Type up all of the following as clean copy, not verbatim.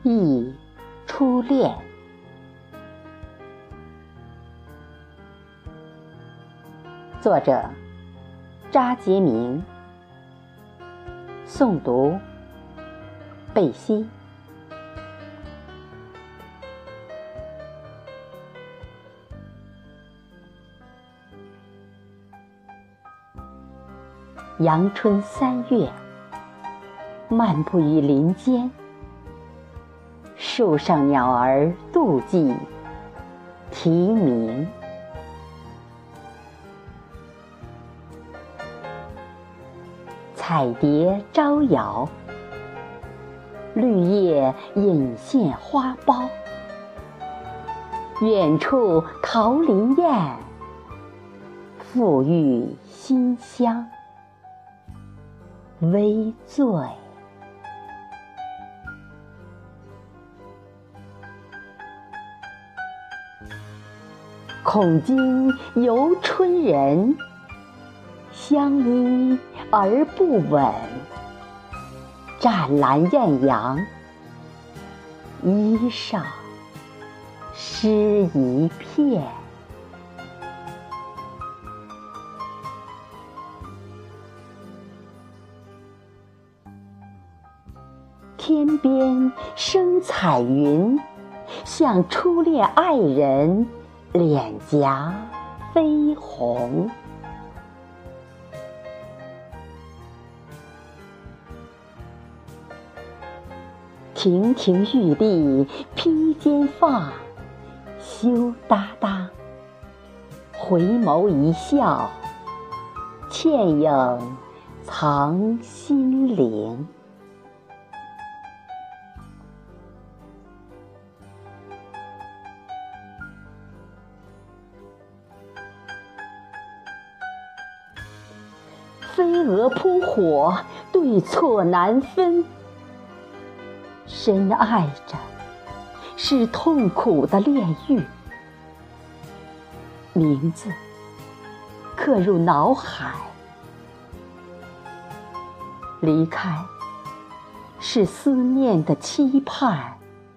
忆初恋。作者查杰明，诵读贝西。阳春3月，漫步于林间，树上鸟儿妒忌啼鸣。彩蝶招摇，绿叶隐现花苞。远处桃林燕，馥郁馨香，微醉。恐今犹春人，相依而不吻。湛蓝艳阳，衣裳湿一片。天边生彩云，像初恋爱人脸颊绯红。亭亭玉立披肩发，羞答答，回眸一笑，倩影藏心灵。飞蛾扑火，对错难分。深爱着，是痛苦的炼狱。名字刻入脑海，离开是思念的期盼，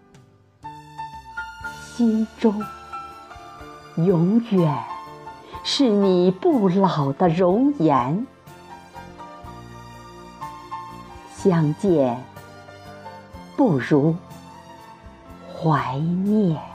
心中永远是你不老的容颜。相见不如怀念。